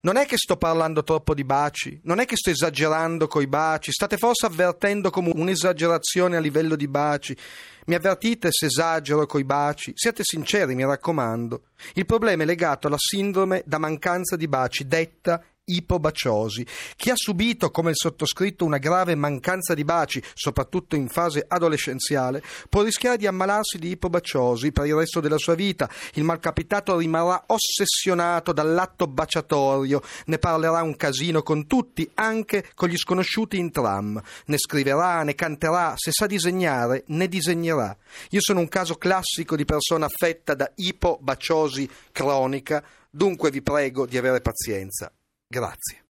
Non è che sto parlando troppo di baci, non è che sto esagerando coi baci, state forse avvertendo come un'esagerazione a livello di baci. Mi avvertite se esagero coi baci? Siate sinceri, mi raccomando. Il problema è legato alla sindrome da mancanza di baci, detta ipobaciosi. Chi ha subito, come il sottoscritto, una grave mancanza di baci, soprattutto in fase adolescenziale, può rischiare di ammalarsi di ipobaciosi per il resto della sua vita. Il malcapitato rimarrà ossessionato dall'atto baciatorio, ne parlerà un casino con tutti, anche con gli sconosciuti in tram. Ne scriverà, ne canterà, se sa disegnare, ne disegnerà. Io sono un caso classico di persona affetta da ipobaciosi cronica, dunque vi prego di avere pazienza. Grazie.